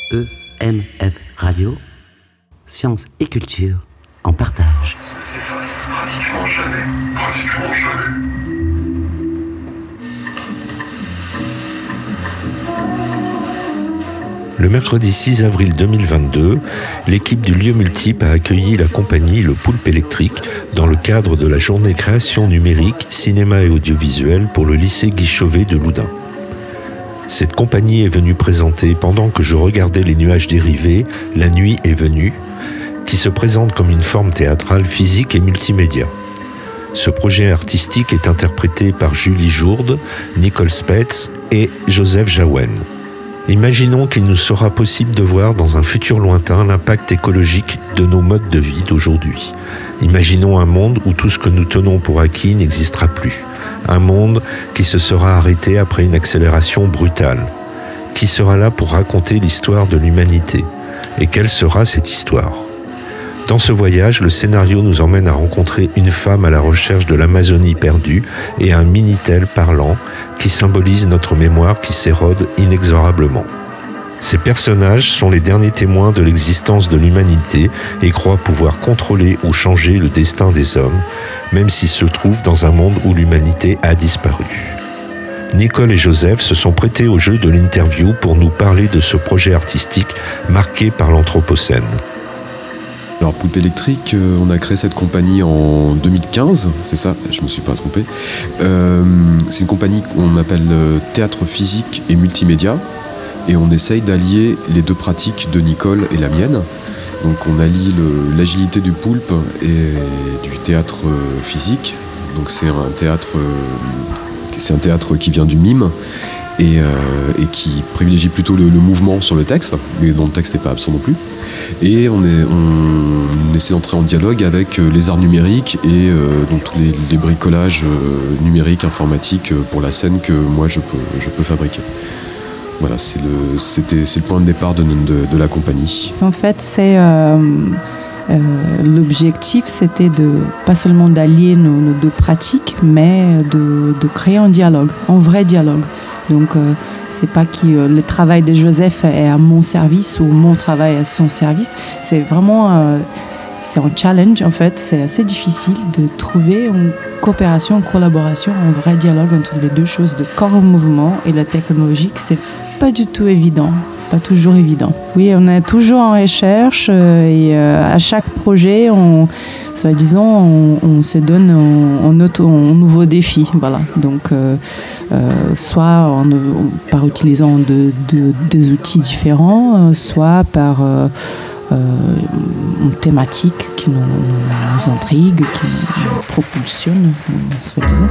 EMF Radio, sciences et culture en partage. S'efface pratiquement jamais. Le mercredi 6 avril 2022, l'équipe du lieu multiple a accueilli la compagnie Le Poulpe Électrique dans le cadre de la journée création numérique, cinéma et audiovisuel pour le lycée Guy Chauvet de Loudun. Cette compagnie est venue présenter, pendant que je regardais les nuages dérivés, La nuit est venue, qui se présente comme une forme théâtrale physique et multimédia. Ce projet artistique est interprété par Julie Jourde, Nicole Spetz et Joseph Jaouen. Imaginons qu'il nous sera possible de voir dans un futur lointain l'impact écologique de nos modes de vie d'aujourd'hui. Imaginons un monde où tout ce que nous tenons pour acquis n'existera plus. Un monde qui se sera arrêté après une accélération brutale. Qui sera là pour raconter l'histoire de l'humanité? Et quelle sera cette histoire? Dans ce voyage, le scénario nous emmène à rencontrer une femme à la recherche de l'Amazonie perdue et un Minitel parlant qui symbolise notre mémoire qui s'érode inexorablement. Ces personnages sont les derniers témoins de l'existence de l'humanité et croient pouvoir contrôler ou changer le destin des hommes, même s'ils se trouvent dans un monde où l'humanité a disparu. Nicole et Joseph se sont prêtés au jeu de l'interview pour nous parler de ce projet artistique marqué par l'Anthropocène. Alors Poulpe Électrique, on a créé cette compagnie en 2015, c'est ça, je me suis pas trompé. C'est une compagnie qu'on appelle théâtre physique et multimédia, et on essaye d'allier les deux pratiques de Nicole et la mienne. Donc on allie l'agilité du poulpe et du théâtre physique. Donc c'est un théâtre qui vient du mime et qui privilégie plutôt le mouvement sur le texte, mais dont le texte n'est pas absent non plus. Et on essaie d'entrer en dialogue avec les arts numériques et donc tous les bricolages numériques, informatiques pour la scène que moi je peux fabriquer. Voilà, c'est le point de départ de la compagnie. En fait, l'objectif, c'était pas seulement d'allier nos deux pratiques, mais de créer un dialogue, un vrai dialogue. Donc, c'est pas que le travail de Joseph est à mon service ou mon travail à son service. C'est vraiment c'est un challenge, en fait. C'est assez difficile de trouver une coopération, une collaboration, un vrai dialogue entre les deux choses, le corps en mouvement et la technologique. C'est pas du tout évident. Pas toujours évident. Oui, on est toujours en recherche et à chaque projet, on se donne un nouveau défi. Voilà. Donc, soit par utilisant des outils différents, soit par une thématique qui nous intrigue, qui nous propulsionne, soi-disant.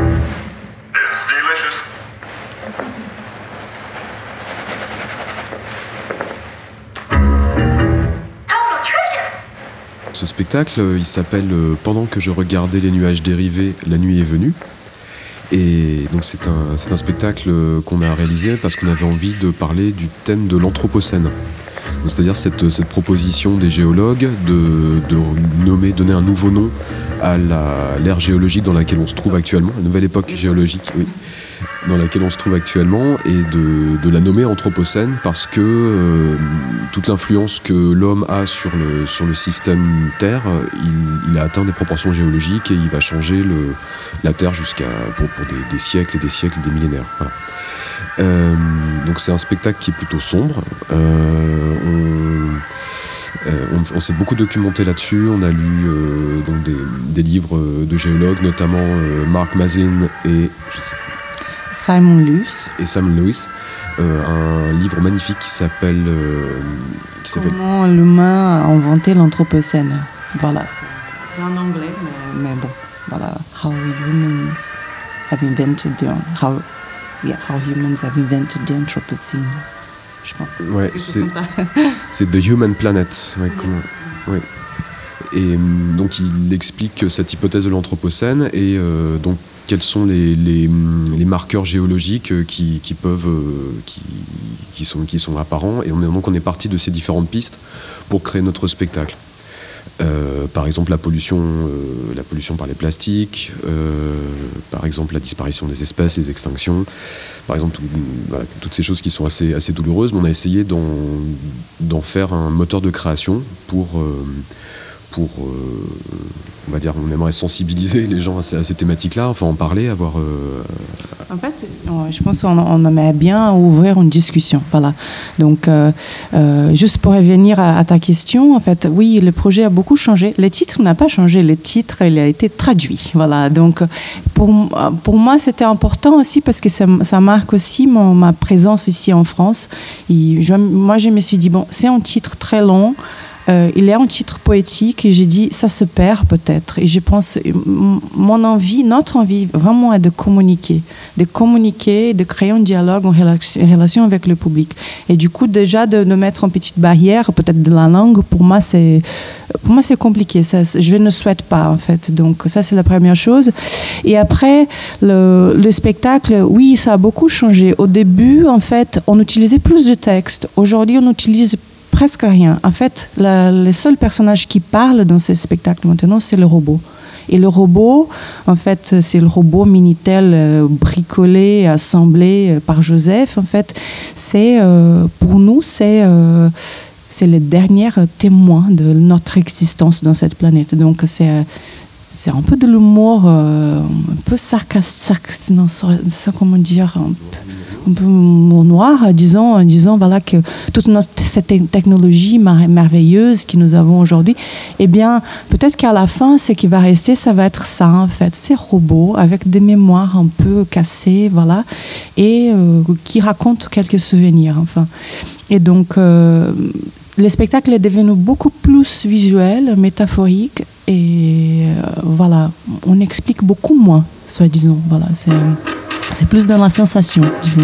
Ce spectacle, il s'appelle « Pendant que je regardais les nuages dérivés, la nuit est venue ». Et donc c'est un spectacle qu'on a réalisé parce qu'on avait envie de parler du thème de l'Anthropocène. C'est-à-dire cette proposition des géologues de donner un nouveau nom à l'ère géologique dans laquelle on se trouve actuellement, la nouvelle époque géologique, oui, dans laquelle on se trouve actuellement, et de la nommer Anthropocène parce que toute l'influence que l'homme a sur le système Terre, il a atteint des proportions géologiques et il va changer la Terre pour des siècles et des siècles, des millénaires. Voilà. Donc c'est un spectacle qui est plutôt sombre. On s'est beaucoup documenté là-dessus. On a lu donc des livres de géologues, notamment Mark Maslin et Simon Lewis. Un livre magnifique qui s'appelle Comment l'humain a inventé l'Anthropocène. Voilà, c'est en anglais, mais bon, voilà. How humans have invented the Anthropocene. Je pense que c'est comme ça. C'est The Human Planet. Ouais, ouais. Et donc il explique cette hypothèse de l'Anthropocène et donc quels sont les marqueurs géologiques qui sont apparents. Et on est parti de ces différentes pistes pour créer notre spectacle. Par exemple, la pollution par les plastiques, par exemple la disparition des espèces, les extinctions, par exemple voilà, toutes ces choses qui sont assez douloureuses, mais on a essayé d'en faire un moteur de création pour on va dire, on aimerait sensibiliser les gens à ces thématiques-là, enfin en parler, avoir... En fait, je pense qu'on aimerait bien ouvrir une discussion. Voilà. Donc, juste pour revenir à ta question, en fait, oui, le projet a beaucoup changé. Le titre n'a pas changé. Le titre, il a été traduit. Voilà. Donc, pour moi, c'était important aussi parce que ça marque aussi ma présence ici en France. Moi, je me suis dit, bon, c'est un titre très long. Il est un titre poétique et j'ai dit ça se perd peut-être, et je pense notre envie vraiment est de communiquer, de créer un dialogue, une relation avec le public, et du coup déjà de mettre une petite barrière peut-être de la langue, pour moi c'est compliqué, ça, je ne souhaite pas en fait, donc ça c'est la première chose. Et après le spectacle, oui, ça a beaucoup changé. Au début en fait on utilisait plus de textes, aujourd'hui on utilise presque rien. En fait, le seul personnage qui parle dans ce spectacle maintenant, c'est le robot. Et le robot, en fait, c'est le robot Minitel bricolé, assemblé par Joseph. En fait, pour nous, c'est le dernier témoin de notre existence dans cette planète. Donc, c'est un peu de l'humour, un peu sarcastique, non, ça comment dire, un peu noir, disons voilà, que toute cette technologie merveilleuse que nous avons aujourd'hui, eh bien, peut-être qu'à la fin, ce qui va rester, ça va être ça, en fait, ces robots avec des mémoires un peu cassées, voilà, et qui racontent quelques souvenirs, enfin. Et donc, le spectacle est devenu beaucoup plus visuel, métaphorique, et voilà, on explique beaucoup moins, soi-disant, voilà, c'est plus dans la sensation, disons.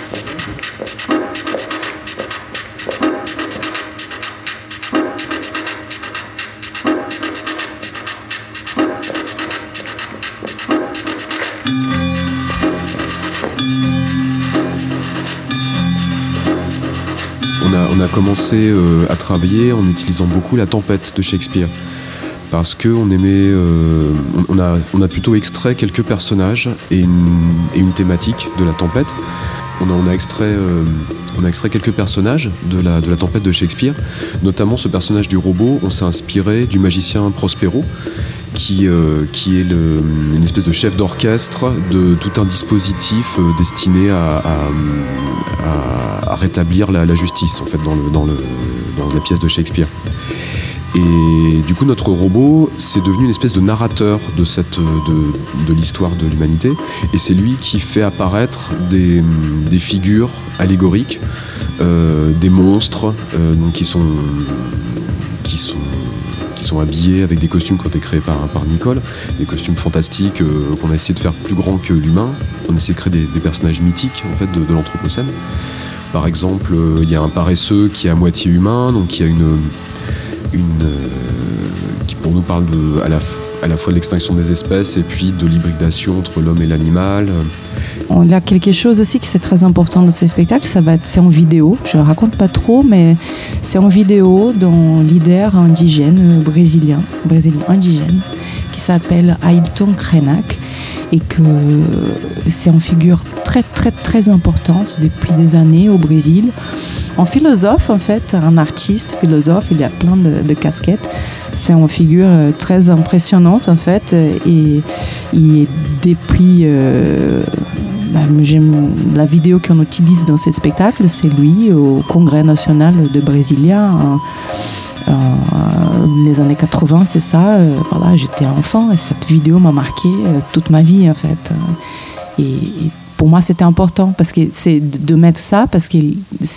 On a commencé à travailler en utilisant beaucoup La Tempête de Shakespeare. Parce qu'on aimait, on a plutôt extrait quelques personnages et une thématique de La Tempête. On a extrait quelques personnages de la Tempête de Shakespeare, notamment ce personnage du robot. On s'est inspiré du magicien Prospero, qui est une espèce de chef d'orchestre de tout un dispositif destiné à rétablir la justice, en fait, dans la pièce de Shakespeare. Et du coup, notre robot, c'est devenu une espèce de narrateur de l'histoire de l'humanité. Et c'est lui qui fait apparaître des figures allégoriques, des monstres, donc qui sont habillés avec des costumes qui ont été créés par Nicole, des costumes fantastiques qu'on a essayé de faire plus grands que l'humain. On a essayé de créer des personnages mythiques, en fait, de l'Anthropocène. Par exemple, il y a un paresseux qui est à moitié humain, donc qui a qui pour nous parle à la fois de l'extinction des espèces et puis de l'hybridation entre l'homme et l'animal. Il y a quelque chose aussi qui c'est très important dans ces spectacles, c'est en vidéo. Je ne raconte pas trop, mais c'est en vidéo d'un leader indigène brésilien indigène, qui s'appelle Ailton Krenak, et que c'est une figure très très très importante depuis des années au Brésil. Un philosophe, en fait, un artiste, philosophe, il y a plein de casquettes. C'est une figure très impressionnante, en fait, et depuis la vidéo qu'on utilise dans ce spectacle, c'est lui au Congrès national de Brasilia. Les années 80, c'est ça. Voilà, j'étais enfant et cette vidéo m'a marqué toute ma vie, en fait. Et pour moi, c'était important parce que c'est de mettre ça, parce que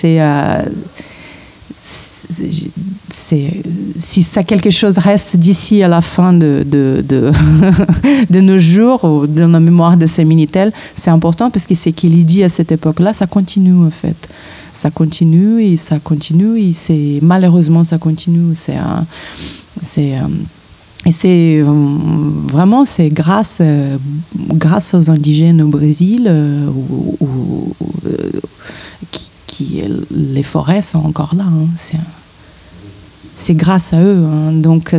si ça quelque chose reste d'ici à la fin de nos jours, ou dans la mémoire de ces Minitel, c'est important parce que ce qu'il dit à cette époque-là, ça continue, en fait. Ça continue, et malheureusement ça continue. Et c'est vraiment, c'est grâce aux indigènes au Brésil les forêts sont encore là. Hein. c'est grâce à eux. Hein. Donc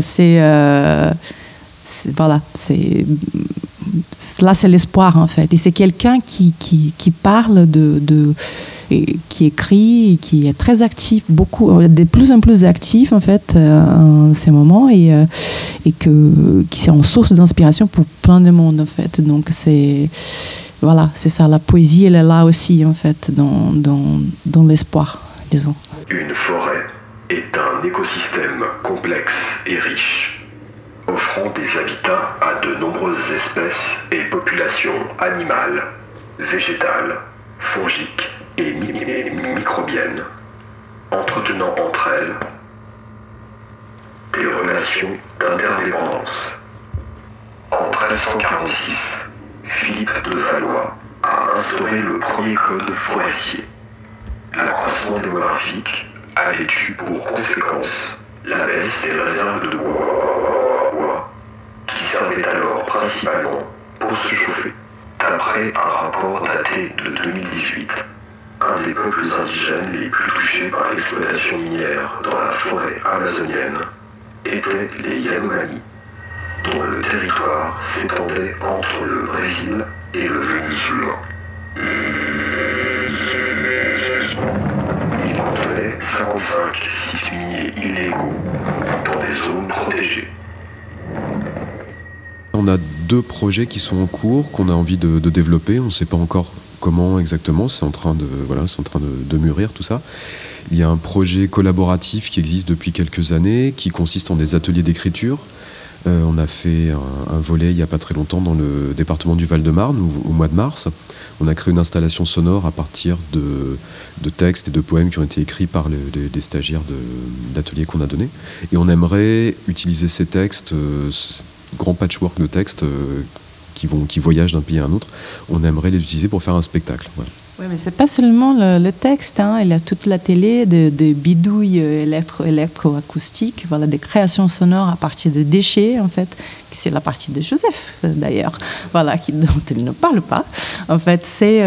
voilà, là c'est l'espoir en fait. Et c'est quelqu'un qui parle qui écrit, qui est très actif, de plus en plus actif en fait en ces moments et qui est en source d'inspiration pour plein de monde en fait. Donc c'est ça, la poésie elle est là aussi en fait dans l'espoir, disons. Une forêt est un écosystème complexe et riche, offrant des habitats à de nombreuses espèces et populations animales, végétales, fongiques et microbiennes, entretenant entre elles des relations d'interdépendance. En 1346, Philippe de Valois a instauré le premier code forestier. L'accroissement démographique avait eu pour conséquence la baisse des réserves de bois, qui servaient alors principalement pour se chauffer. D'après un rapport daté de 2018, un des peuples indigènes les plus touchés par l'exploitation minière dans la forêt amazonienne étaient les Yanomami, dont le territoire s'étendait entre le Brésil et le Venezuela. Il contenait 55 sites miniers illégaux dans des zones protégées. On a 2 projets qui sont en cours, qu'on a envie de développer. On ne sait pas encore comment exactement, c'est en train de mûrir tout ça. Il y a un projet collaboratif qui existe depuis quelques années, qui consiste en des ateliers d'écriture. On a fait un volet il n'y a pas très longtemps dans le département du Val-de-Marne, au mois de mars. On a créé une installation sonore à partir de textes et de poèmes qui ont été écrits par les stagiaires d'ateliers qu'on a donnés. Et on aimerait utiliser ces textes, grand patchwork de textes qui voyagent d'un pays à un autre, on aimerait les utiliser pour faire un spectacle. Voilà. Oui, mais c'est pas seulement le texte, hein. Il y a toute la télé, des bidouilles électroacoustiques, voilà, des créations sonores à partir de déchets, en fait. C'est la partie de Joseph, d'ailleurs, voilà, dont il ne parle pas. En fait, c'est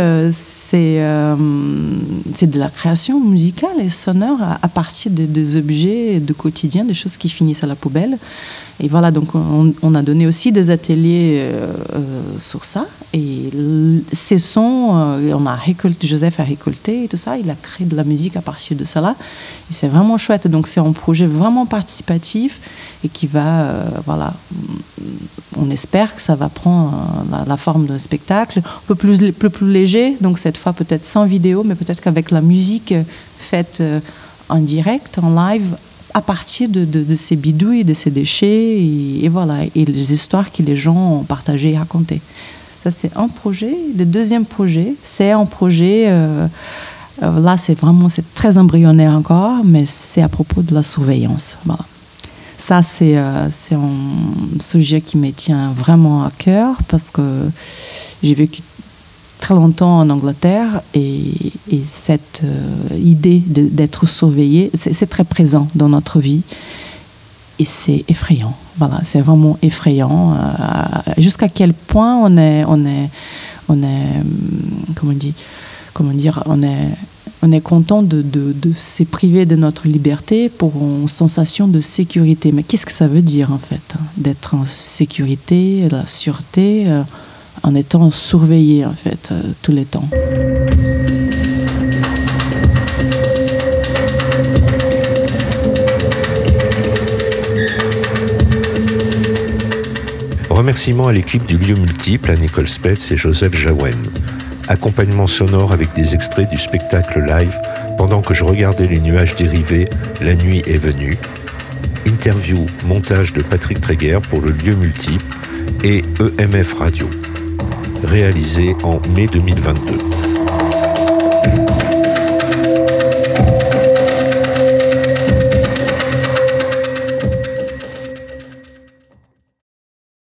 de la création musicale et sonore à partir des objets du quotidien, des choses qui finissent à la poubelle. Et voilà, donc on a donné aussi des ateliers sur ça. Et ces sons, Joseph a récolté et tout ça. Il a créé de la musique à partir de cela. Et c'est vraiment chouette. Donc c'est un projet vraiment participatif et qui va, on espère que ça va prendre la forme d'un spectacle un peu plus léger. Donc cette fois peut-être sans vidéo, mais peut-être qu'avec la musique faite en direct, en live, à partir de ces bidouilles, de ces déchets, et voilà, et les histoires que les gens ont partagées et racontées. Ça, c'est un projet. Le deuxième projet, c'est un projet, là, c'est très embryonnaire encore, mais c'est à propos de la surveillance. Voilà. Ça, c'est un sujet qui me tient vraiment à cœur, parce que j'ai vécu très longtemps en Angleterre et cette idée d'être surveillé, c'est très présent dans notre vie et c'est effrayant. Voilà, c'est vraiment effrayant. Jusqu'à quel point on est content de se priver de notre liberté pour une sensation de sécurité. Mais qu'est-ce que ça veut dire en fait, hein, d'être en sécurité, la sûreté, en étant surveillé en fait tous les temps. Remerciements à l'équipe du lieu multiple, à Nicole Spetz et Joseph Jaouen. Accompagnement sonore avec des extraits du spectacle live pendant que je regardais les nuages dériver, la nuit est venue. Interview, montage de Patrick Tréguer pour le lieu multiple et EMF Radio. Réalisé en mai 2022.